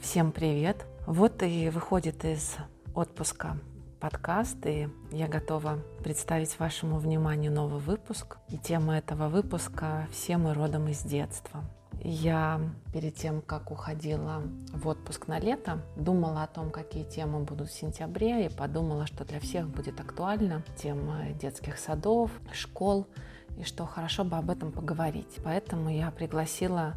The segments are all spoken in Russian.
Всем привет! Вот и выходит из отпуска подкаст, и я готова представить вашему вниманию новый выпуск. И тема этого выпуска «Все мы родом из детства». Я перед тем, как уходила в отпуск на лето, думала о том, какие темы будут в сентябре, и подумала, что для всех будет актуальна тема детских садов, школ, и что хорошо бы об этом поговорить. Поэтому я пригласила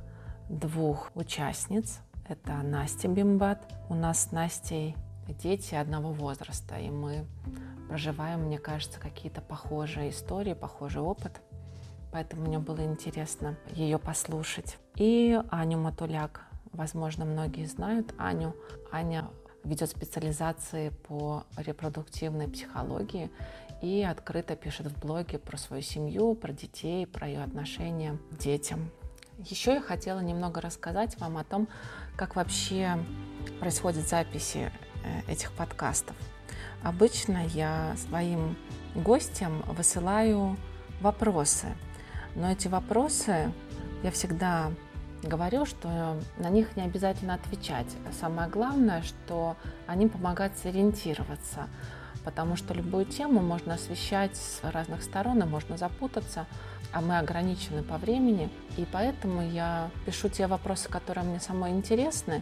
двух участниц. Это Настя Бимбат. У нас с Настей дети одного возраста, и мы проживаем, мне кажется, какие-то похожие истории, похожий опыт. Поэтому мне было интересно ее послушать. И Аню Матуляк. Возможно, многие знают Аню. Аня ведет специализации по репродуктивной психологии и открыто пишет в блоге про свою семью, про детей, про ее отношения к детям. Еще я хотела немного рассказать вам о том, как вообще происходят записи этих подкастов. Обычно я своим гостям высылаю вопросы, но эти вопросы я всегда говорю, что на них не обязательно отвечать. Самое главное, что они помогают сориентироваться, потому что любую тему можно освещать с разных сторон, и можно запутаться, а мы ограничены по времени, и поэтому я пишу те вопросы, которые мне самой интересны,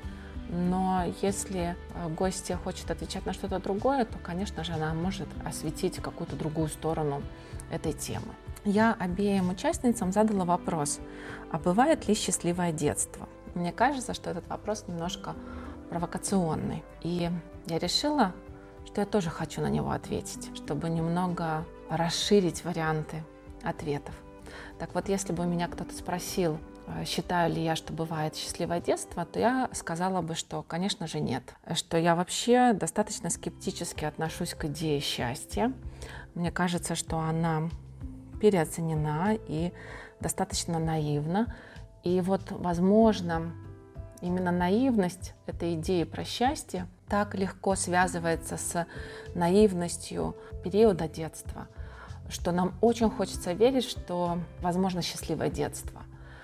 но если гостья хочет отвечать на что-то другое, то, конечно же, она может осветить какую-то другую сторону этой темы. Я обеим участницам задала вопрос, а бывает ли счастливое детство? Мне кажется, что этот вопрос немножко провокационный, и я решила, что я тоже хочу на него ответить, чтобы немного расширить варианты ответов. Так вот, если бы меня кто-то спросил, считаю ли я, что бывает счастливое детство, то я сказала бы, что, конечно же, нет. Что я вообще достаточно скептически отношусь к идее счастья. Мне кажется, что она переоценена и достаточно наивна. И вот, возможно, именно наивность этой идеи про счастье так легко связывается с наивностью периода детства, что нам очень хочется верить, что возможно счастливое детство.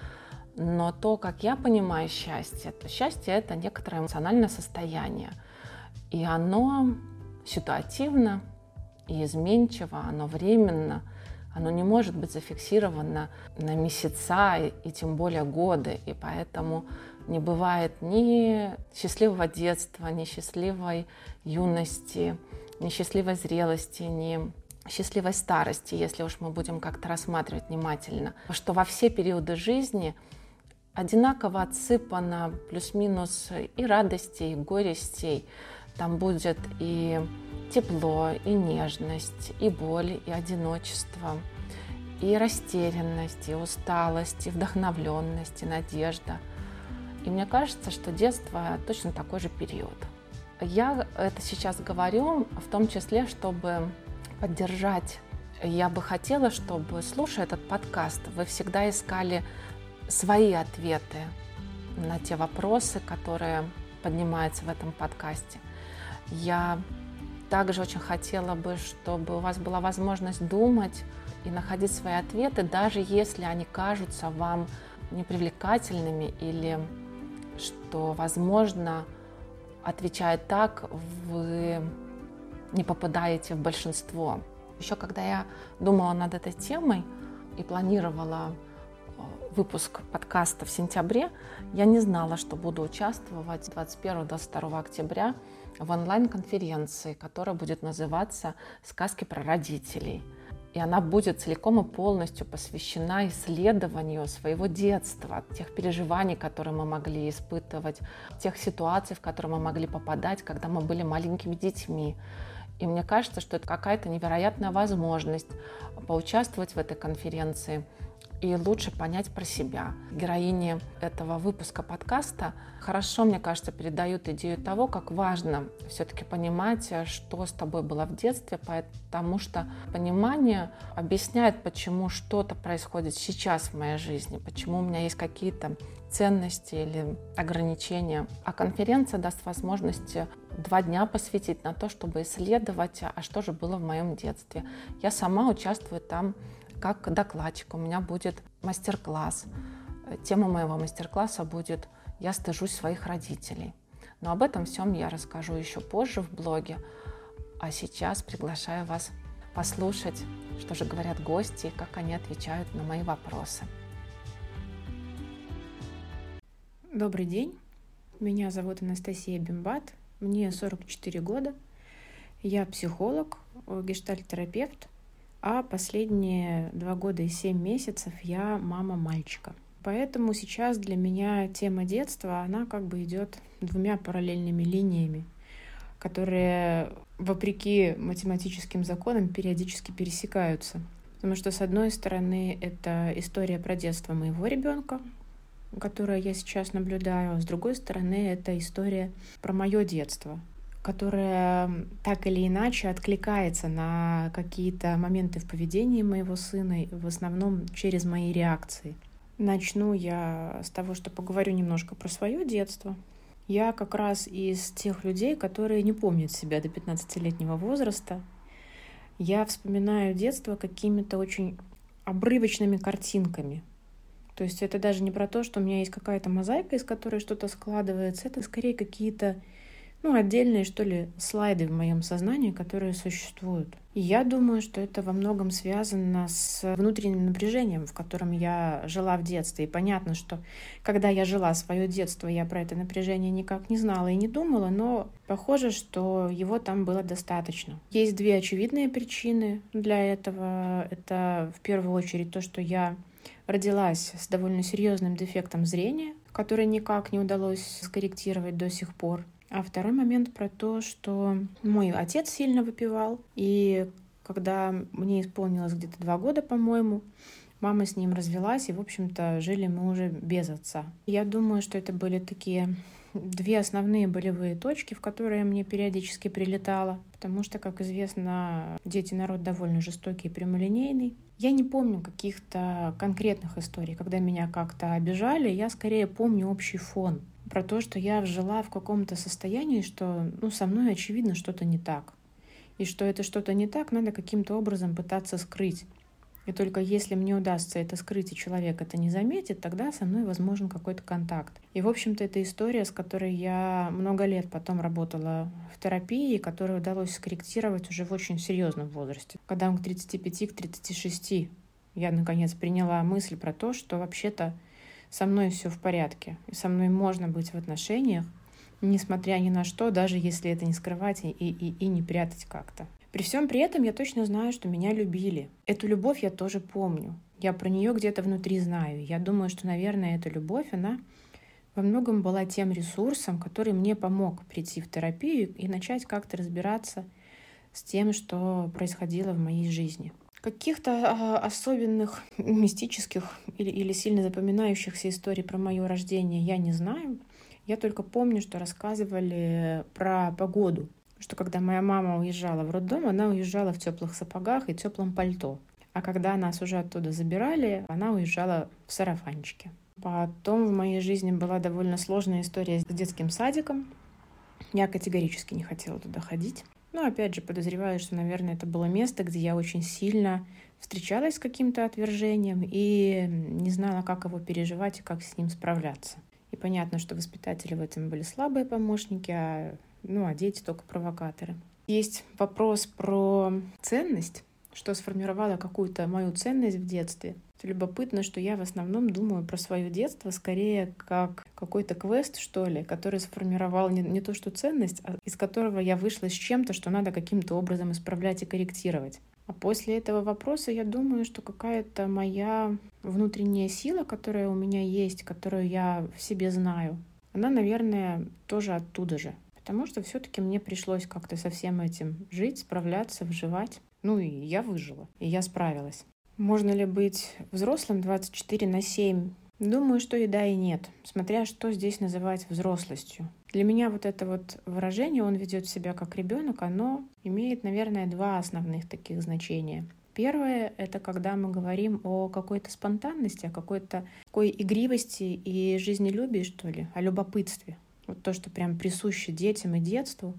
Но то, как я понимаю счастье, то счастье – это некоторое эмоциональное состояние. И оно ситуативно и изменчиво, оно временно, оно не может быть зафиксировано на месяца и тем более годы. И поэтому не бывает ни счастливого детства, ни счастливой юности, ни счастливой зрелости, ни счастливой старости, если уж мы будем как-то рассматривать внимательно, что во все периоды жизни одинаково отсыпано плюс-минус и радостей, и горестей. Там будет и тепло, и нежность, и боль, и одиночество, и растерянность, и усталость, и вдохновленность, и надежда. И мне кажется, что детство точно такой же период. Я это сейчас говорю в том числе, чтобы поддержать. Я бы хотела, чтобы, слушая этот подкаст, вы всегда искали свои ответы на те вопросы, которые поднимаются в этом подкасте. Я также очень хотела бы, чтобы у вас была возможность думать и находить свои ответы, даже если они кажутся вам непривлекательными или что, возможно, отвечая так, вы не попадаете в большинство. Еще когда я думала над этой темой и планировала выпуск подкаста в сентябре, я не знала, что буду участвовать 21-22 октября в онлайн-конференции, которая будет называться «Сказки про родителей». И она будет целиком и полностью посвящена исследованию своего детства, тех переживаний, которые мы могли испытывать, тех ситуаций, в которые мы могли попадать, когда мы были маленькими детьми. И мне кажется, что это какая-то невероятная возможность поучаствовать в этой конференции и лучше понять про себя. Героини этого выпуска подкаста хорошо, мне кажется, передают идею того, как важно все-таки понимать, что с тобой было в детстве, потому что понимание объясняет, почему что-то происходит сейчас в моей жизни, почему у меня есть какие-то ценности или ограничения. А конференция даст возможность 2 дня посвятить на то, чтобы исследовать, а что же было в моем детстве. Я сама участвую там как докладчик. У меня будет мастер-класс. Тема моего мастер-класса будет «Я стыжусь своих родителей». Но об этом всем я расскажу еще позже в блоге. А сейчас приглашаю вас послушать, что же говорят гости и как они отвечают на мои вопросы. Добрый день, меня зовут Анастасия Бимбат, мне 44 года, я психолог, гештальт-терапевт, а последние 2 года и 7 месяцев я мама мальчика. Поэтому сейчас для меня тема детства, она как бы идет 2 параллельными линиями, которые, вопреки математическим законам, периодически пересекаются. Потому что, с одной стороны, это история про детство моего ребенка, которое я сейчас наблюдаю, а с другой стороны, это история про мое детство, которая так или иначе откликается на какие-то моменты в поведении моего сына, в основном через мои реакции. Начну я с того, что поговорю немножко про свое детство. Я как раз из тех людей, которые не помнят себя до 15-летнего возраста. Я вспоминаю детство какими-то очень обрывочными картинками. То есть это даже не про то, что у меня есть какая-то мозаика, из которой что-то складывается. Это скорее какие-то, отдельные, что ли, слайды в моем сознании, которые существуют. И я думаю, что это во многом связано с внутренним напряжением, в котором я жила в детстве. И понятно, что когда я жила свое детство, я про это напряжение никак не знала и не думала, но похоже, что его там было достаточно. Есть 2 очевидные причины для этого. Это в первую очередь то, что я родилась с довольно серьезным дефектом зрения, который никак не удалось скорректировать до сих пор. А второй момент про то, что мой отец сильно выпивал, и когда мне исполнилось где-то 2 года, по-моему, мама с ним развелась, и, в общем-то, жили мы уже без отца. Я думаю, что это были такие 2 основные болевые точки, в которые мне периодически прилетало, потому что, как известно, дети — народ довольно жестокий и прямолинейный. Я не помню каких-то конкретных историй, когда меня как-то обижали, я скорее помню общий фон про то, что я жила в каком-то состоянии, что со мной, очевидно, что-то не так. И что это что-то не так, надо каким-то образом пытаться скрыть. И только если мне удастся это скрыть, и человек это не заметит, тогда со мной возможен какой-то контакт. И, в общем-то, это история, с которой я много лет потом работала в терапии, которую удалось скорректировать уже в очень серьезном возрасте. Когда к 35, к 36 я, наконец, приняла мысль про то, что вообще-то со мной все в порядке, и со мной можно быть в отношениях, несмотря ни на что, даже если это не скрывать и не прятать как-то. При всем при этом я точно знаю, что меня любили. Эту любовь я тоже помню. Я про нее где-то внутри знаю. Я думаю, что, наверное, эта любовь, она во многом была тем ресурсом, который мне помог прийти в терапию и начать как-то разбираться с тем, что происходило в моей жизни. Каких-то особенных мистических или сильно запоминающихся историй про мое рождение я не знаю. Я только помню, что рассказывали про погоду. Что когда моя мама уезжала в роддом, она уезжала в теплых сапогах и теплом пальто. А когда нас уже оттуда забирали, она уезжала в сарафанчике. Потом в моей жизни была довольно сложная история с детским садиком. Я категорически не хотела туда ходить. Но опять же подозреваю, что, наверное, это было место, где я очень сильно встречалась с каким-то отвержением и не знала, как его переживать и как с ним справляться. И понятно, что воспитатели в этом были слабые помощники, а дети только провокаторы. Есть вопрос про ценность, что сформировало какую-то мою ценность в детстве. Это любопытно, что я в основном думаю про свое детство скорее как какой-то квест, что ли, который сформировал не то что ценность, а из которого я вышла с чем-то, что надо каким-то образом исправлять и корректировать. А после этого вопроса я думаю, что какая-то моя внутренняя сила, которая у меня есть, которую я в себе знаю, она, наверное, тоже оттуда же. Потому что все-таки мне пришлось как-то со всем этим жить, справляться, выживать. И я выжила, и я справилась. Можно ли быть взрослым 24/7? Думаю, что и да, и нет, смотря что здесь называть взрослостью. Для меня вот это вот выражение «он ведет себя как ребенок», оно имеет, наверное, 2 основных таких значения. Первое — это когда мы говорим о какой-то спонтанности, о какой-то такой игривости и жизнелюбии, что ли, о любопытстве. Вот то, что прям присуще детям и детству,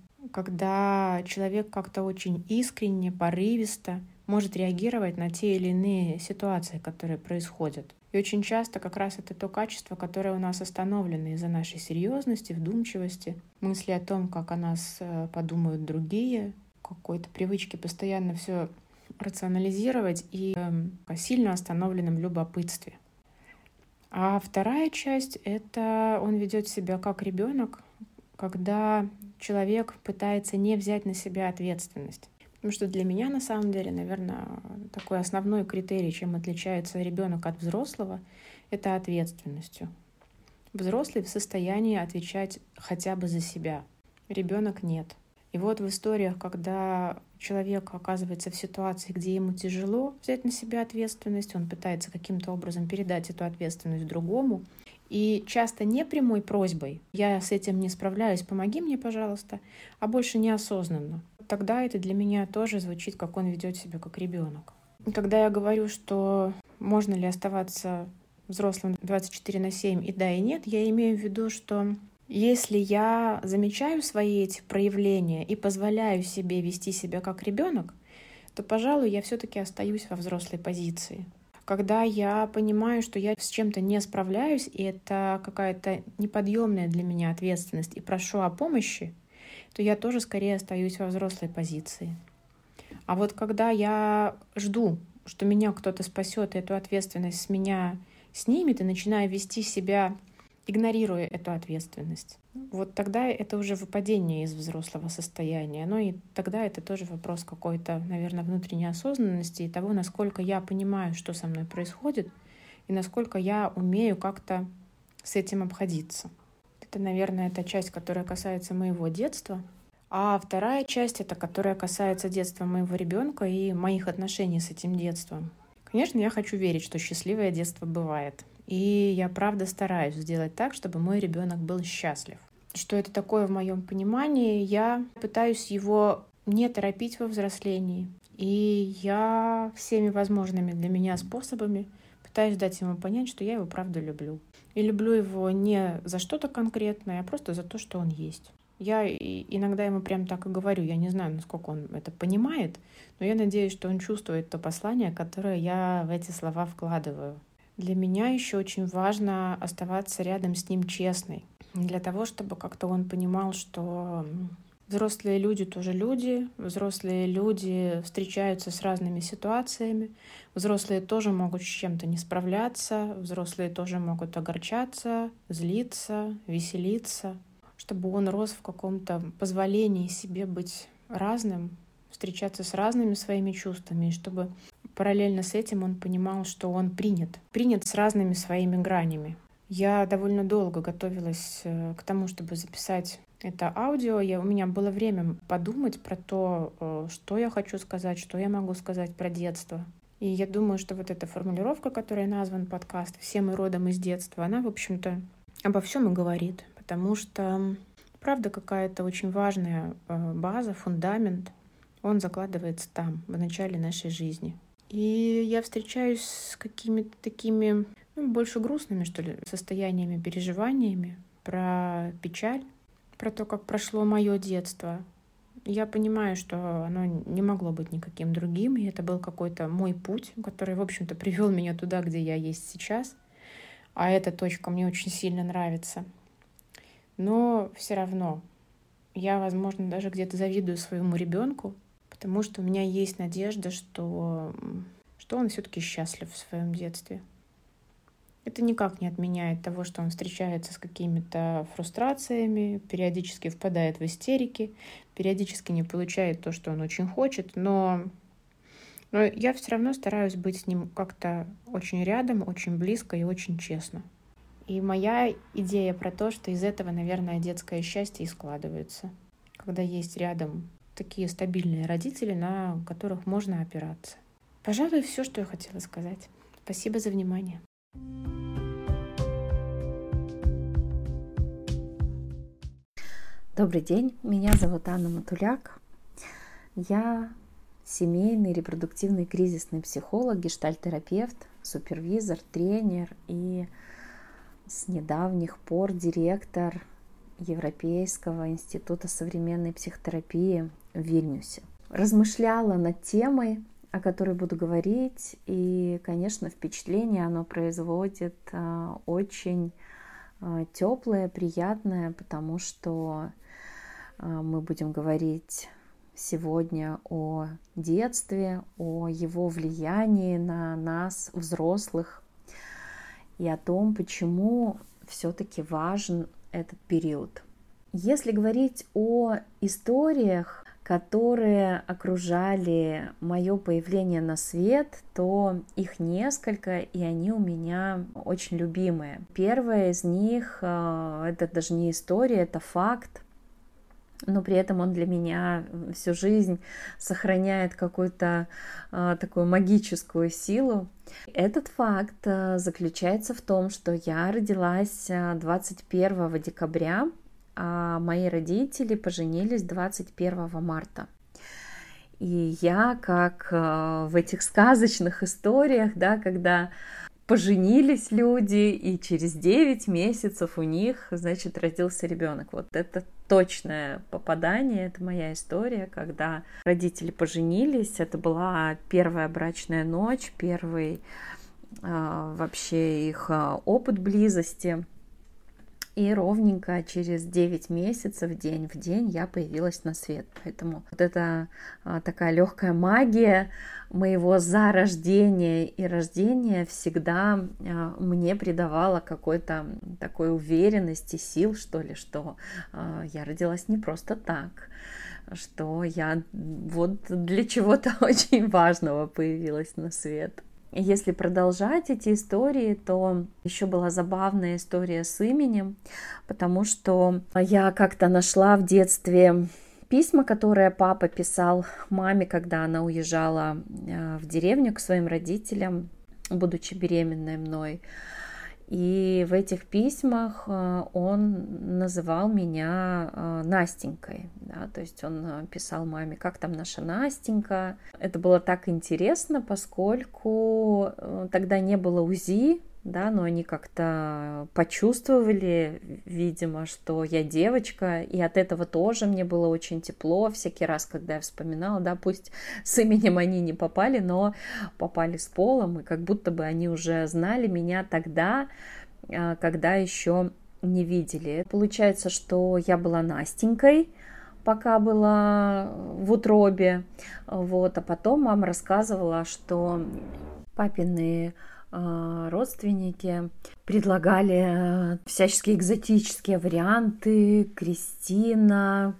когда человек как-то очень искренне, порывисто может реагировать на те или иные ситуации, которые происходят. И очень часто как раз это то качество, которое у нас остановлено из-за нашей серьезности, вдумчивости, мысли о том, как о нас подумают другие, какой-то привычки постоянно все рационализировать и сильно остановленном любопытстве. А вторая часть — это он ведет себя как ребенок, когда человек пытается не взять на себя ответственность. Потому что для меня, на самом деле, наверное, такой основной критерий, чем отличается ребенок от взрослого, это ответственностью. Взрослый в состоянии отвечать хотя бы за себя. Ребенок нет. И вот в историях, когда человек оказывается в ситуации, где ему тяжело взять на себя ответственность, он пытается каким-то образом передать эту ответственность другому. И часто не прямой просьбой «я с этим не справляюсь, помоги мне, пожалуйста», а больше неосознанно. Тогда это для меня тоже звучит, как он ведет себя как ребенок. И когда я говорю, что можно ли оставаться взрослым 24/7 и да, и нет, я имею в виду, что если я замечаю свои эти проявления и позволяю себе вести себя как ребенок, то, пожалуй, я все-таки остаюсь во взрослой позиции. Когда я понимаю, что я с чем-то не справляюсь, и это какая-то неподъемная для меня ответственность, и прошу о помощи, то я тоже скорее остаюсь во взрослой позиции. А вот когда я жду, что меня кто-то спасет, и эту ответственность с меня снимет, и начинаю вести себя, игнорируя эту ответственность, вот тогда это уже выпадение из взрослого состояния. Ну и тогда это тоже вопрос какой-то, наверное, внутренней осознанности и того, насколько я понимаю, что со мной происходит, и насколько я умею как-то с этим обходиться. Это, наверное, та часть, которая касается моего детства. А вторая часть — это которая касается детства моего ребенка и моих отношений с этим детством. Конечно, я хочу верить, что счастливое детство бывает. И я правда стараюсь сделать так, чтобы мой ребенок был счастлив. Что это такое в моем понимании? Я пытаюсь его не торопить во взрослении. И я всеми возможными для меня способами пытаюсь дать ему понять, что я его правда люблю. И люблю его не за что-то конкретное, а просто за то, что он есть. Я иногда ему прям так и говорю. Я не знаю, насколько он это понимает, но я надеюсь, что он чувствует то послание, которое я в эти слова вкладываю. Для меня еще очень важно оставаться рядом с ним честной. Для того, чтобы как-то он понимал, что взрослые люди тоже люди, взрослые люди встречаются с разными ситуациями, взрослые тоже могут с чем-то не справляться, взрослые тоже могут огорчаться, злиться, веселиться. Чтобы он рос в каком-то позволении себе быть разным, встречаться с разными своими чувствами, и чтобы параллельно с этим он понимал, что он принят с разными своими гранями. Я довольно долго готовилась к тому, чтобы записать это аудио. У меня было время подумать про то, что я хочу сказать, что я могу сказать про детство. И я думаю, что вот эта формулировка, которой назван подкаст «Все мы родом из детства», она, в общем-то, обо всем и говорит. Потому что, правда, какая-то очень важная база, фундамент, он закладывается там, в начале нашей жизни. И я встречаюсь с какими-то такими, больше грустными, что ли, состояниями, переживаниями про печаль, про то, как прошло мое детство. Я понимаю, что оно не могло быть никаким другим, и это был какой-то мой путь, который, в общем-то, привел меня туда, где я есть сейчас. А эта точка мне очень сильно нравится. Но все равно я, возможно, даже где-то завидую своему ребенку, потому что у меня есть надежда, что он все-таки счастлив в своем детстве. Это никак не отменяет того, что он встречается с какими-то фрустрациями, периодически впадает в истерики, периодически не получает то, что он очень хочет, но я все равно стараюсь быть с ним как-то очень рядом, очень близко и очень честно. И моя идея про то, что из этого, наверное, детское счастье и складывается, когда есть рядом такие стабильные родители, на которых можно опираться. Пожалуй, все, что я хотела сказать. Спасибо за внимание. Добрый день, меня зовут Анна Матуляк. Я семейный репродуктивный кризисный психолог, гештальт-терапевт, супервизор, тренер и с недавних пор директор Европейского института современной психотерапии в Вильнюсе. Размышляла над темой о которой буду говорить. И, конечно, впечатление оно производит очень теплое, приятное, потому что мы будем говорить сегодня о детстве, о его влиянии на нас, взрослых, и о том, почему все-таки важен этот период. Если говорить о историях, которые окружали мое появление на свет, то их несколько, и они у меня очень любимые. Первая из них, это даже не история, это факт, но при этом он для меня всю жизнь сохраняет какую-то такую магическую силу. Этот факт заключается в том, что я родилась 21 декабря, а мои родители поженились 21 марта. И я, как в этих сказочных историях, да, когда поженились люди, и через 9 месяцев у них, значит, родился ребенок. Вот это точное попадание, это моя история, когда родители поженились. Это была первая брачная ночь, первый вообще их опыт близости. И ровненько через 9 месяцев, день в день, я появилась на свет. Поэтому вот это такая легкая магия моего зарождения и рождения всегда мне придавала какой-то такой уверенности, сил, что ли, что я родилась не просто так, что я вот для чего-то очень важного появилась на свет. Если продолжать эти истории, то еще была забавная история с именем, потому что я как-то нашла в детстве письма, которые папа писал маме, когда она уезжала в деревню к своим родителям, будучи беременной мной. И в этих письмах он называл меня Настенькой, да, то есть он писал маме, как там наша Настенька. Это было так интересно, поскольку тогда не было УЗИ, да, но они как-то почувствовали, видимо, что я девочка, и от этого тоже мне было очень тепло всякий раз, когда я вспоминала, да, пусть с именем они не попали, но попали с полом, и как будто бы они уже знали меня тогда, когда еще не видели. Получается, что я была Настенькой, пока была в утробе, вот, а потом мама рассказывала, что папины родственники предлагали всяческие экзотические варианты: Кристина,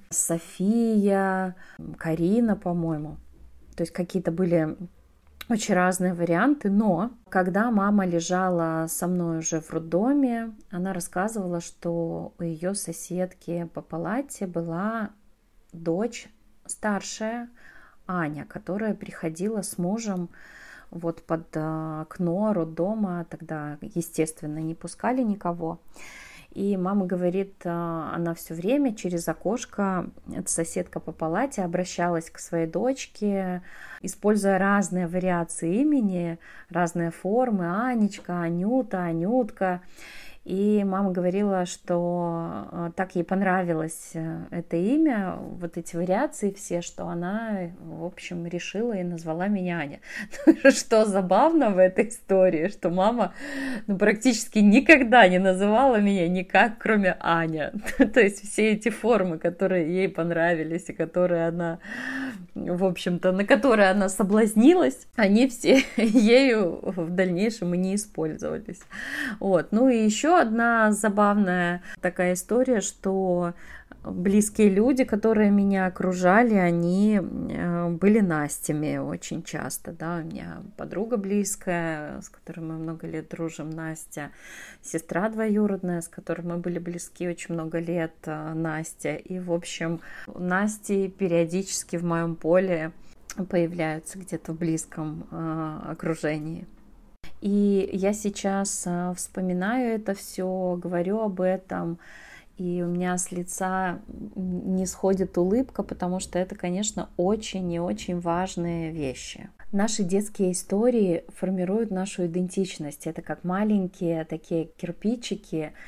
София, Карина, по-моему. То есть какие-то были очень разные варианты, но когда мама лежала со мной уже в роддоме, она рассказывала, что у ее соседки по палате была дочь старшая, Аня, которая приходила с мужем вот под окно роддома, тогда, естественно, не пускали никого. И мама говорит, она все время через окошко, эта соседка по палате, обращалась к своей дочке, используя разные вариации имени, разные формы: Анечка, Анюта, Анютка. И мама говорила, что так ей понравилось это имя, вот эти вариации все, что она, в общем, решила и назвала меня Аня. Что забавно в этой истории, что мама практически никогда не называла меня никак, кроме Аня. То есть все эти формы, которые ей понравились и которые она, в общем-то, на которые она соблазнилась, они все ею в дальнейшем и не использовались. Вот. Ну и еще одна забавная такая история, что близкие люди, которые меня окружали, они были Настями очень часто, да, у меня подруга близкая, с которой мы много лет дружим, Настя, сестра двоюродная, с которой мы были близки очень много лет, Настя, и, в общем, Насти периодически в моем поле появляются где-то в близком окружении. И я сейчас вспоминаю это все, говорю об этом, и у меня с лица не сходит улыбка, потому что это, конечно, очень и очень важные вещи. Наши детские истории формируют нашу идентичность. Это как маленькие такие кирпичики,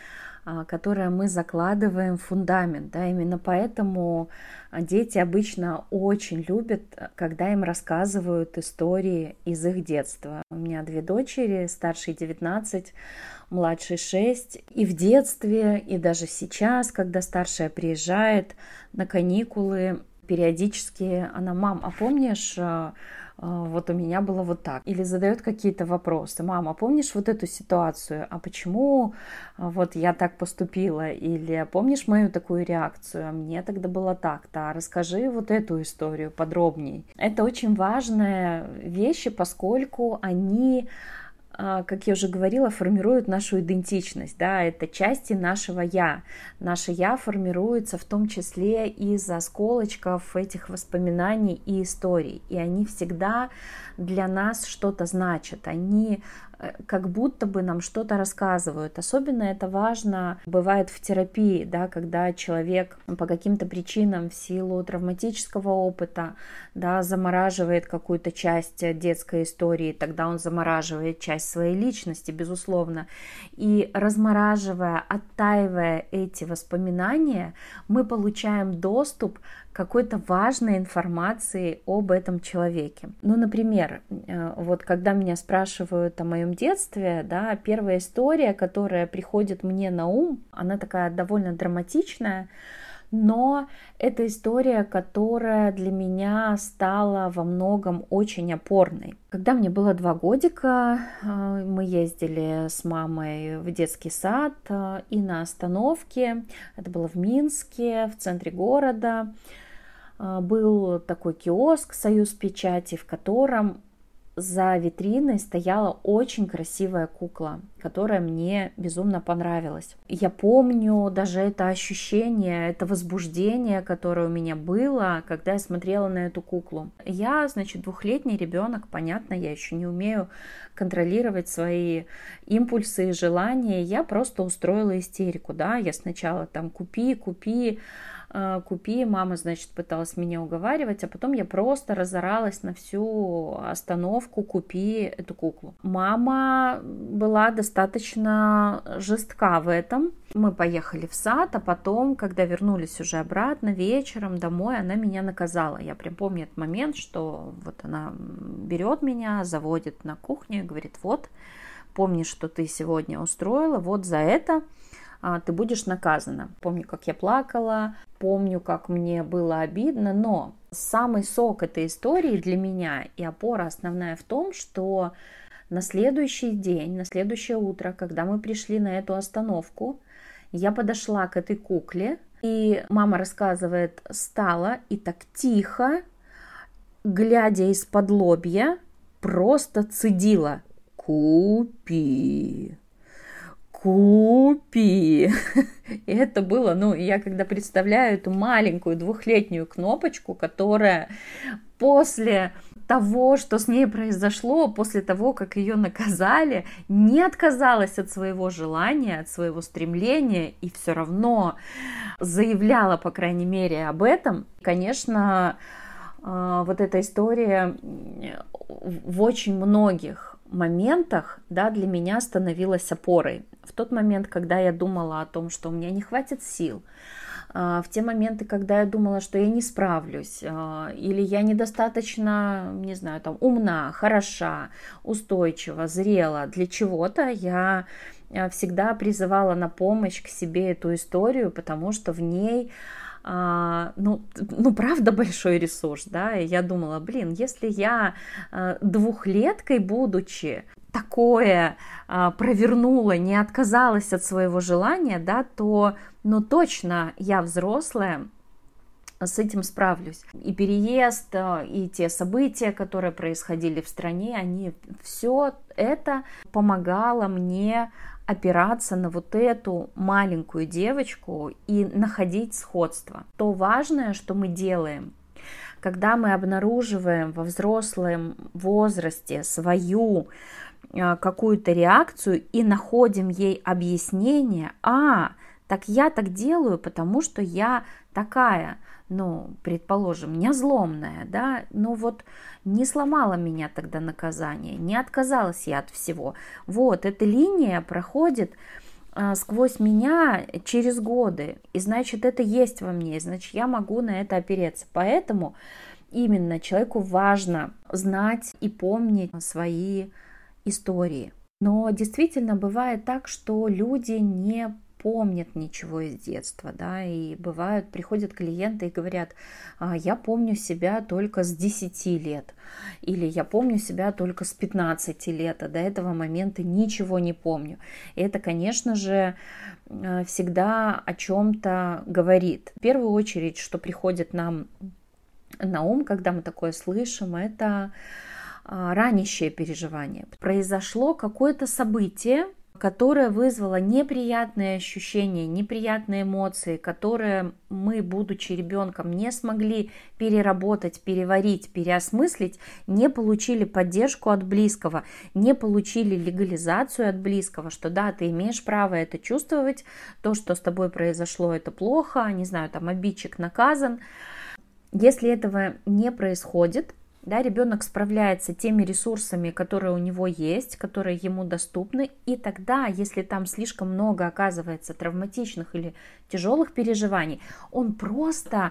которое мы закладываем в фундамент. Да? Именно поэтому дети обычно очень любят, когда им рассказывают истории из их детства. У меня 2 дочери, старшей 19, младшей 6. И в детстве, и даже сейчас, когда старшая приезжает на каникулы, периодически она: мам, а помнишь, вот у меня было вот так? Или задает какие-то вопросы: мама, помнишь вот эту ситуацию? А почему вот я так поступила? Или помнишь мою такую реакцию? А мне тогда было так-то. Расскажи вот эту историю подробней. Это очень важные вещи, поскольку они, как я уже говорила, формируют нашу идентичность, да, это части нашего «я». Наше «я» формируется в том числе из осколочков этих воспоминаний и историй, и они всегда для нас что-то значат, они как будто бы нам что-то рассказывают. Особенно это важно бывает в терапии, да, когда человек по каким-то причинам в силу травматического опыта, да, замораживает какую-то часть детской истории, тогда он замораживает часть своей личности, безусловно. И размораживая, оттаивая эти воспоминания, мы получаем доступ к какой-то важной информации об этом человеке. Ну, например, вот когда меня спрашивают о моем детстве, да, первая история, которая приходит мне на ум, она такая довольно драматичная, но это история, которая для меня стала во многом очень опорной. Когда мне было 2 годика, мы ездили с мамой в детский сад, и на остановке, это было в Минске, в центре города, был такой киоск «Союз печати», в котором за витриной стояла очень красивая кукла, которая мне безумно понравилась. Я помню даже это ощущение, это возбуждение, которое у меня было, когда я смотрела на эту куклу. Я, значит, 2-летний ребенок, понятно, я еще не умею контролировать свои импульсы и желания. Я просто устроила истерику, да, я сначала там купи, мама, значит, пыталась меня уговаривать, а потом я просто разоралась на всю остановку: купи эту куклу. Мама была достаточно жестка в этом. Мы поехали в сад, а потом, когда вернулись уже обратно вечером домой, она меня наказала. Я прям помню этот момент, что вот она берет меня, заводит на кухню и говорит: вот, помни, что ты сегодня устроила, вот за это ты будешь наказана. Помню, как я плакала, помню, как мне было обидно, но самый сок этой истории для меня и опора основная в том, что на следующий день, на следующее утро, когда мы пришли на эту остановку, я подошла к этой кукле, и мама рассказывает, стала и так тихо, глядя из-под лобья, просто цедила: купи. Купи. И это было, я когда представляю эту маленькую 2-летнюю кнопочку, которая после того, что с ней произошло, после того, как ее наказали, не отказалась от своего желания, от своего стремления и все равно заявляла, по крайней мере, об этом. Конечно, вот эта история в очень многих моментах, да, для меня становилась опорой. В тот момент, когда я думала о том, что у меня не хватит сил, в те моменты, когда я думала, что я не справлюсь, или я недостаточно, не знаю, там, умна, хороша, устойчива, зрела для чего-то, я всегда призывала на помощь к себе эту историю, потому что в ней правда большой ресурс, да, и я думала, если я 2-леткой, будучи, такое провернула, не отказалась от своего желания, да, то, точно я взрослая, с этим справлюсь. И переезд, и те события, которые происходили в стране, все это помогало мне опираться на вот эту маленькую девочку и находить сходство. То важное, что мы делаем, когда мы обнаруживаем во взрослом возрасте свою какую-то реакцию и находим ей объяснение: так я так делаю, потому что я такая, предположим, незломная, да, не сломала меня тогда наказание, не отказалась я от всего. Вот, эта линия проходит сквозь меня через годы, и значит, это есть во мне, и значит, я могу на это опереться. Поэтому именно человеку важно знать и помнить свои истории. Но действительно бывает так, что люди не помнят ничего из детства, да, и бывают, приходят клиенты и говорят: я помню себя только с 10 лет, или я помню себя только с 15 лет, а до этого момента ничего не помню. И это, конечно же, всегда о чем-то говорит. В первую очередь, что приходит нам на ум, когда мы такое слышим, это ранящее переживание. Произошло какое-то событие, которое вызвало неприятные ощущения, неприятные эмоции, которые мы, будучи ребенком, не смогли переработать, переварить, переосмыслить, не получили поддержку от близкого, не получили легализацию от близкого, что да, ты имеешь право это чувствовать, то, что с тобой произошло, это плохо, не знаю, там обидчик наказан. Если этого не происходит, да, ребенок справляется теми ресурсами, которые у него есть, которые ему доступны, и тогда, если там слишком много оказывается травматичных или тяжелых переживаний, он просто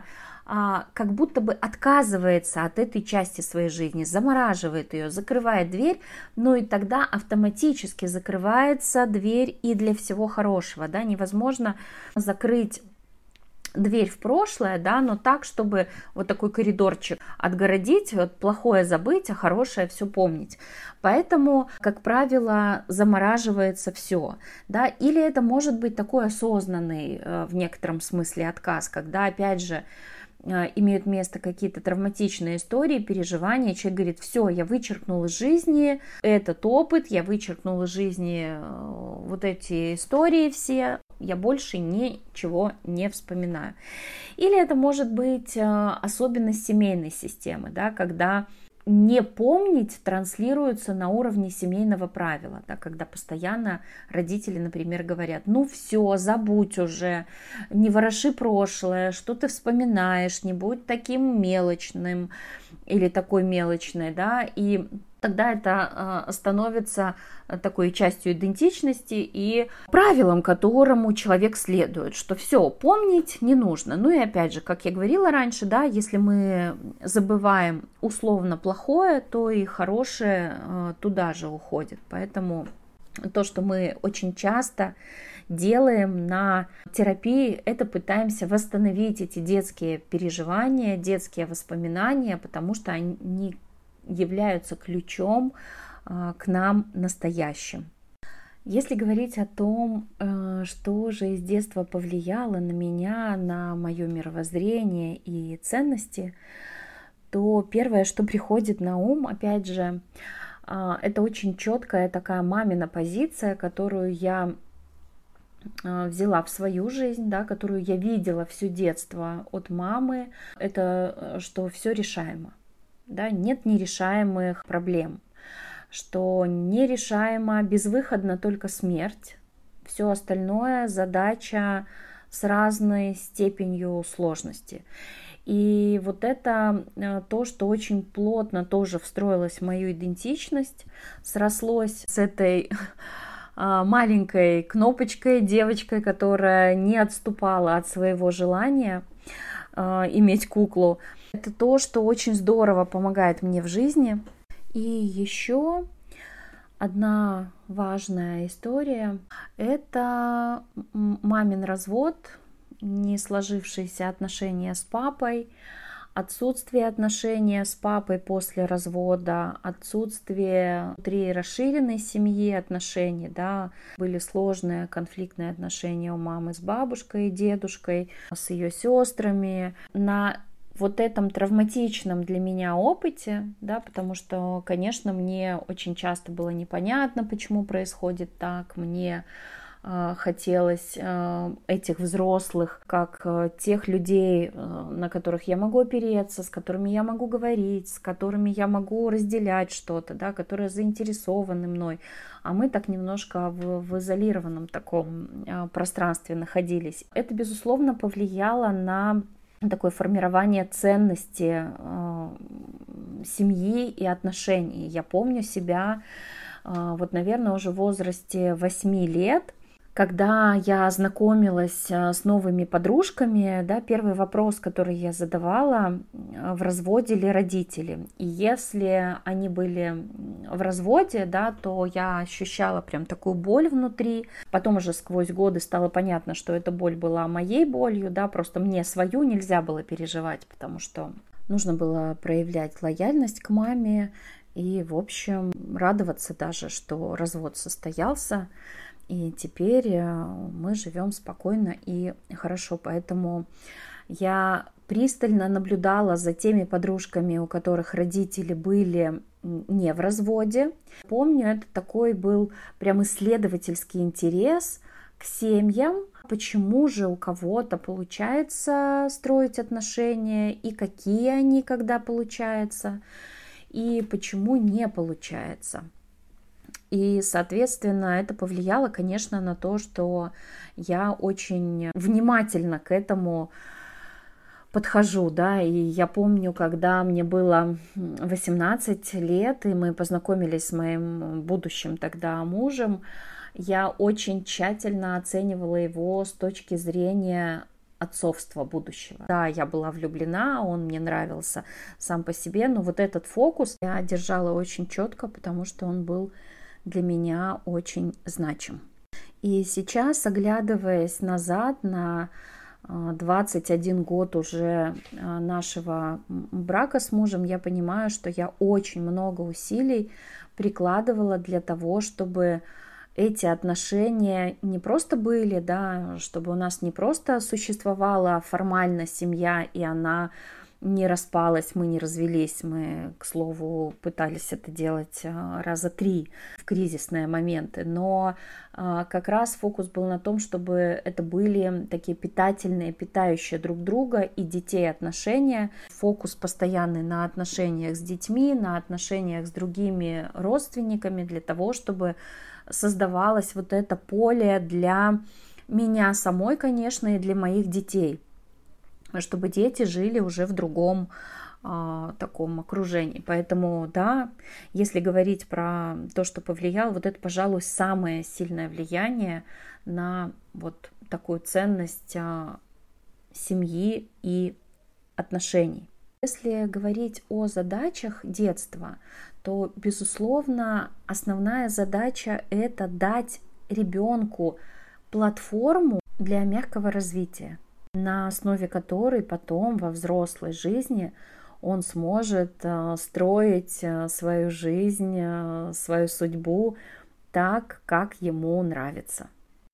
как будто бы отказывается от этой части своей жизни, замораживает ее, закрывает дверь, ну и тогда автоматически закрывается дверь и для всего хорошего, да, невозможно закрыть дверь в прошлое, да, но так, чтобы вот такой коридорчик отгородить, вот плохое забыть, а хорошее все помнить. Поэтому, как правило, замораживается все, да, или это может быть такой осознанный в некотором смысле отказ, когда, опять же, имеют место какие-то травматичные истории, переживания, человек говорит: все, я вычеркнул из жизни этот опыт, я вычеркнул из жизни вот эти истории все, я больше ничего не вспоминаю. Или это может быть особенность семейной системы, да, когда не помнить транслируется на уровне семейного правила, да, когда постоянно родители, например, говорят: ну все, забудь уже, не вороши прошлое, что ты вспоминаешь, не будь таким мелочным или такой мелочной, да, и тогда это становится такой частью идентичности и правилом, которому человек следует, что все, помнить не нужно. Ну и опять же, как я говорила раньше, да, если мы забываем условно плохое, то и хорошее туда же уходит. Поэтому то, что мы очень часто делаем на терапии, это пытаемся восстановить эти детские переживания, детские воспоминания, потому что они являются ключом к нам настоящим. Если говорить о том, что же из детства повлияло на меня, на мое мировоззрение и ценности, то первое, что приходит на ум, опять же, это очень четкая такая мамина позиция, которую я взяла в свою жизнь, да, которую я видела все детство от мамы, это что все решаемо. Да, нет нерешаемых проблем, что нерешаемо, безвыходно только смерть, все остальное задача с разной степенью сложности. И вот это то, что очень плотно тоже встроилось в мою идентичность, срослось с этой маленькой кнопочкой, девочкой, которая не отступала от своего желания иметь куклу. Это то, что очень здорово помогает мне в жизни. И еще одна важная история – это мамин развод, не сложившиеся отношения с папой, отсутствие отношения с папой после развода, отсутствие внутри расширенной семьи отношений, да, были сложные конфликтные отношения у мамы с бабушкой и дедушкой, с ее сестрами. На вот этом травматичном для меня опыте, да, потому что, конечно, мне очень часто было непонятно, почему происходит так, мне хотелось этих взрослых, как тех людей, на которых я могу опереться, с которыми я могу говорить, с которыми я могу разделять что-то, да, которые заинтересованы мной. А мы так немножко в изолированном таком пространстве находились. Это, безусловно, повлияло на такое формирование ценности семьи и отношений. Я помню себя, вот, наверное, уже в возрасте 8 лет, Когда я знакомилась с новыми подружками, да, первый вопрос, который я задавала: в разводе ли родители? И если они были в разводе, да, то я ощущала прям такую боль внутри. Потом уже сквозь годы стало понятно, что эта боль была моей болью, да, просто мне свою нельзя было переживать, потому что нужно было проявлять лояльность к маме и, в общем, радоваться даже, что развод состоялся. И теперь мы живем спокойно и хорошо. Поэтому я пристально наблюдала за теми подружками, у которых родители были не в разводе. Помню, это такой был прям исследовательский интерес к семьям, почему же у кого-то получается строить отношения, и какие они, когда получается, и почему не получается. И, соответственно, это повлияло, конечно, на то, что я очень внимательно к этому подхожу, да, и я помню, когда мне было 18 лет, и мы познакомились с моим будущим тогда мужем, я очень тщательно оценивала его с точки зрения отцовства будущего. Да, я была влюблена, он мне нравился сам по себе, но вот этот фокус я держала очень четко, потому что он был для меня очень значим. И сейчас, оглядываясь назад на 21 год уже нашего брака с мужем, я понимаю, что я очень много усилий прикладывала для того, чтобы эти отношения не просто были, да, чтобы у нас не просто существовала формально семья, и она не распалась, мы не развелись, мы, к слову, пытались это делать раза 3 в кризисные моменты, но как раз фокус был на том, чтобы это были такие питательные, питающие друг друга и детей отношения, фокус постоянный на отношениях с детьми, на отношениях с другими родственниками, для того, чтобы создавалось вот это поле для меня самой, конечно, и для моих детей, чтобы дети жили уже в другом таком окружении. Поэтому, да, если говорить про то, что повлияло, вот это, пожалуй, самое сильное влияние на вот такую ценность семьи и отношений. Если говорить о задачах детства, то, безусловно, основная задача – это дать ребенку платформу для мягкого развития, на основе которой потом во взрослой жизни он сможет строить свою жизнь, свою судьбу так, как ему нравится.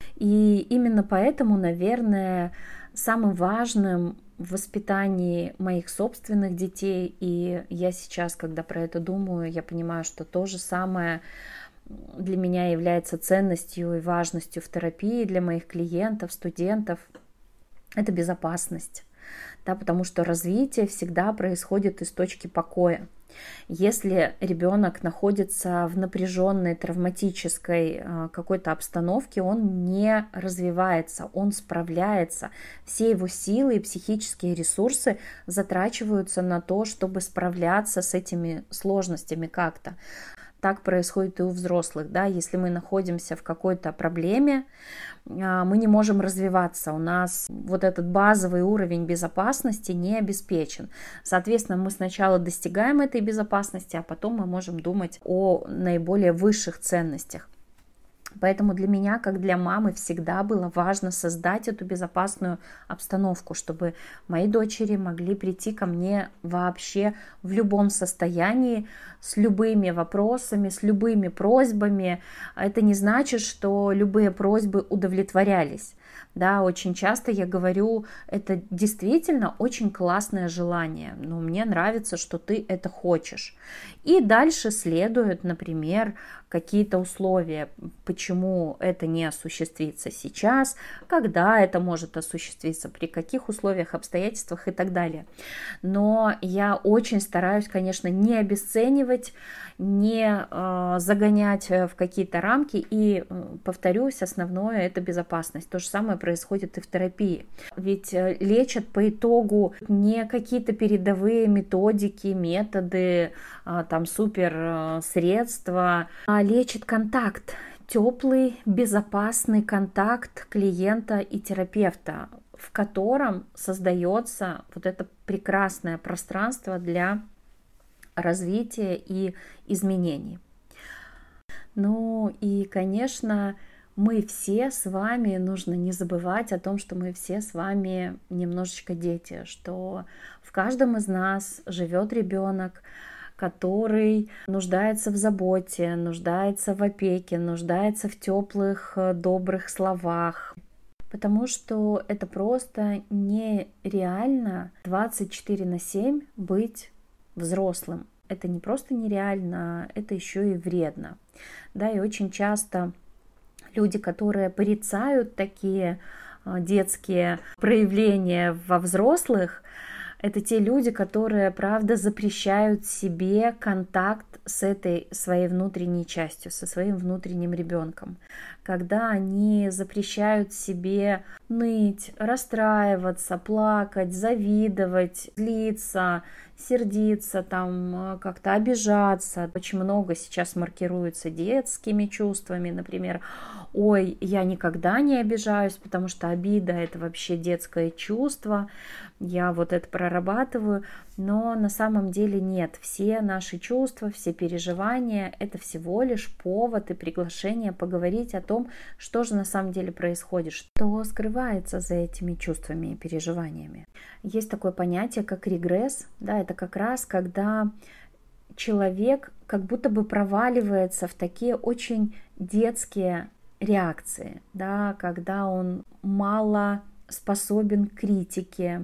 И именно поэтому, наверное, самым важным в воспитании моих собственных детей, и я сейчас, когда про это думаю, я понимаю, что то же самое для меня является ценностью и важностью в терапии для моих клиентов, студентов, это безопасность, да, потому что развитие всегда происходит из точки покоя. Если ребенок находится в напряженной, травматической какой-то обстановке, он не развивается, он справляется. Все его силы и психические ресурсы затрачиваются на то, чтобы справляться с этими сложностями как-то. Так происходит и у взрослых, да, если мы находимся в какой-то проблеме, мы не можем развиваться, у нас вот этот базовый уровень безопасности не обеспечен. Соответственно, мы сначала достигаем этой безопасности, а потом мы можем думать о наиболее высших ценностях. Поэтому для меня, как для мамы, всегда было важно создать эту безопасную обстановку, чтобы мои дочери могли прийти ко мне вообще в любом состоянии, с любыми вопросами, с любыми просьбами. Это не значит, что любые просьбы удовлетворялись. Да, очень часто я говорю, это действительно очень классное желание, но мне нравится, что ты это хочешь. И дальше следуют, например, какие-то условия, почему это не осуществится сейчас, когда это может осуществиться, при каких условиях, обстоятельствах и так далее. Но я очень стараюсь, конечно, не обесценивать, не загонять в какие-то рамки, и, повторюсь, основное – это безопасность. То же самое происходит и в терапии. Ведь лечат по итогу не какие-то передовые методики, методы, там супер средства, а лечит контакт, теплый, безопасный контакт клиента и терапевта, в котором создается вот это прекрасное пространство для развития и изменений. Ну и, конечно, мы все с вами, нужно не забывать о том, что мы все с вами немножечко дети, что в каждом из нас живет ребенок, который нуждается в заботе, нуждается в опеке, нуждается в теплых, добрых словах. Потому что это просто нереально 24/7 быть взрослым. Это не просто нереально, это еще и вредно. Да, и очень часто люди, которые порицают такие детские проявления во взрослых, это те люди, которые, правда, запрещают себе контакт с этой своей внутренней частью, со своим внутренним ребенком. Когда они запрещают себе ныть, расстраиваться, плакать, завидовать, злиться, сердиться, там, как-то обижаться. Очень много сейчас маркируется детскими чувствами, например, ой, я никогда не обижаюсь, потому что обида — это вообще детское чувство, я вот это прорабатываю, но на самом деле нет. Все наши чувства, все переживания — это всего лишь повод и приглашение поговорить о том, что же на самом деле происходит, что скрывается за этими чувствами и переживаниями. Есть такое понятие, как регресс, да, это как раз когда человек как будто бы проваливается в такие очень детские реакции, да, когда он мало способен к критике,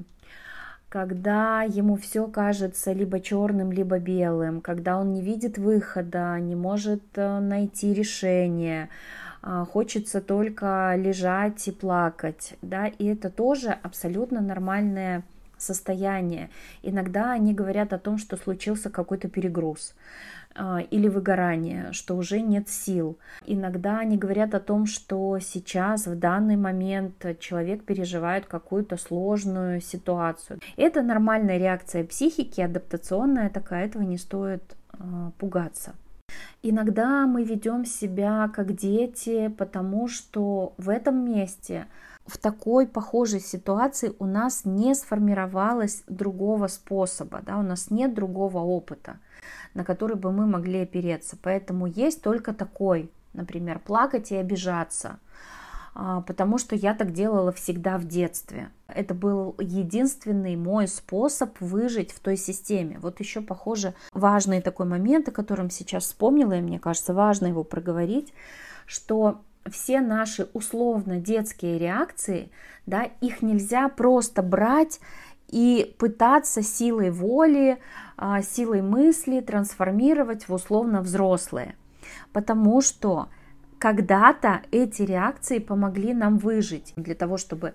когда ему все кажется либо черным, либо белым, когда он не видит выхода, не может найти решение, хочется только лежать и плакать, да, и это тоже абсолютно нормальное состояние. Иногда они говорят о том, что случился какой-то перегруз или выгорание, что уже нет сил. Иногда они говорят о том, что сейчас, в данный момент, человек переживает какую-то сложную ситуацию. Это нормальная реакция психики, адаптационная такая, этого не стоит пугаться. Иногда мы ведем себя как дети, потому что в этом месте, в такой похожей ситуации у нас не сформировалось другого способа, да, у нас нет другого опыта, на который бы мы могли опереться. Поэтому есть только такой, например, плакать и обижаться, потому что я так делала всегда в детстве. Это был единственный мой способ выжить в той системе. Вот еще, похоже, важный такой момент, о котором сейчас вспомнила, и мне кажется, важно его проговорить, что все наши условно детские реакции, да, их нельзя просто брать и пытаться силой воли, силой мысли трансформировать в условно взрослые. Потому что когда-то эти реакции помогли нам выжить. Для того, чтобы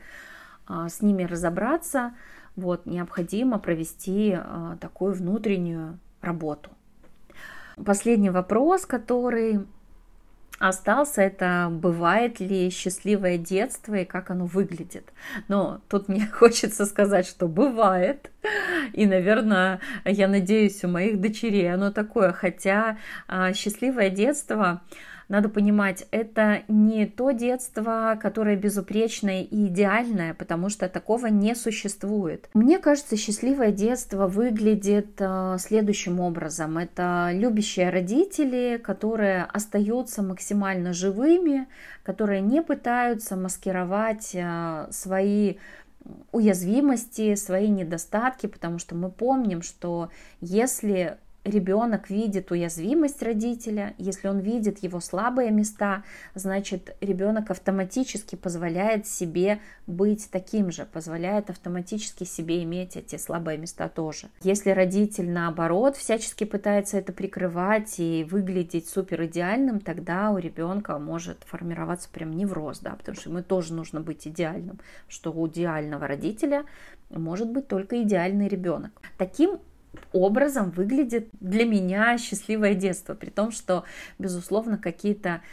с ними разобраться, вот, необходимо провести такую внутреннюю работу. Последний вопрос, который остался, это бывает ли счастливое детство и как оно выглядит. Но тут мне хочется сказать, что бывает. И, наверное, я надеюсь, у моих дочерей оно такое. Хотя счастливое детство, надо понимать, это не то детство, которое безупречное и идеальное, потому что такого не существует. Мне кажется, счастливое детство выглядит следующим образом. Это любящие родители, которые остаются максимально живыми, которые не пытаются маскировать свои уязвимости, свои недостатки, потому что мы помним, что если ребенок видит уязвимость родителя, если он видит его слабые места, значит, ребенок автоматически позволяет себе быть таким же, позволяет автоматически себе иметь эти слабые места тоже. Если родитель, наоборот, всячески пытается это прикрывать и выглядеть супер идеальным, тогда у ребенка может формироваться прям невроз, да, потому что ему тоже нужно быть идеальным, что у идеального родителя может быть только идеальный ребенок. Таким образом выглядит для меня счастливое детство, при том, что, безусловно, какие-то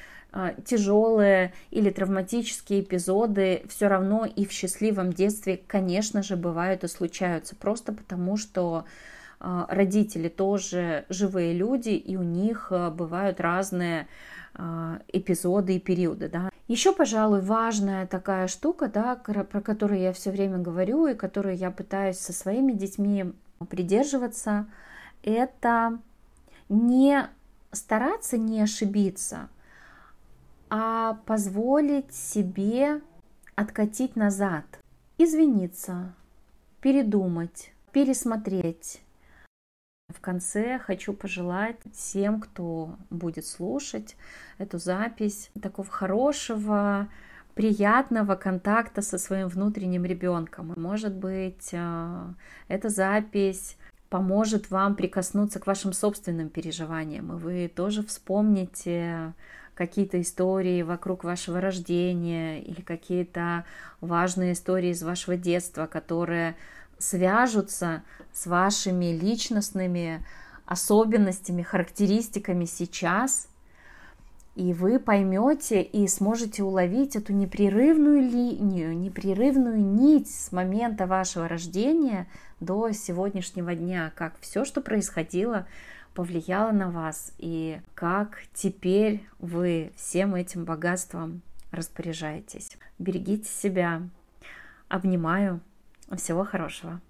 тяжелые или травматические эпизоды все равно и в счастливом детстве, конечно же, бывают и случаются, просто потому что родители тоже живые люди, и у них бывают разные эпизоды и периоды, да. Еще, пожалуй, важная такая штука, да, про которую я все время говорю и которую я пытаюсь со своими детьми придерживаться, это не стараться не ошибиться, а позволить себе откатить назад, извиниться, передумать, пересмотреть. В конце хочу пожелать всем, кто будет слушать эту запись, такого хорошего, приятного контакта со своим внутренним ребенком. Может быть, эта запись поможет вам прикоснуться к вашим собственным переживаниям, и вы тоже вспомните какие-то истории вокруг вашего рождения или какие-то важные истории из вашего детства, которые свяжутся с вашими личностными особенностями, характеристиками сейчас, и вы поймете и сможете уловить эту непрерывную линию, непрерывную нить с момента вашего рождения до сегодняшнего дня, как все, что происходило, повлияло на вас, и как теперь вы всем этим богатством распоряжаетесь. Берегите себя. Обнимаю. Всего хорошего.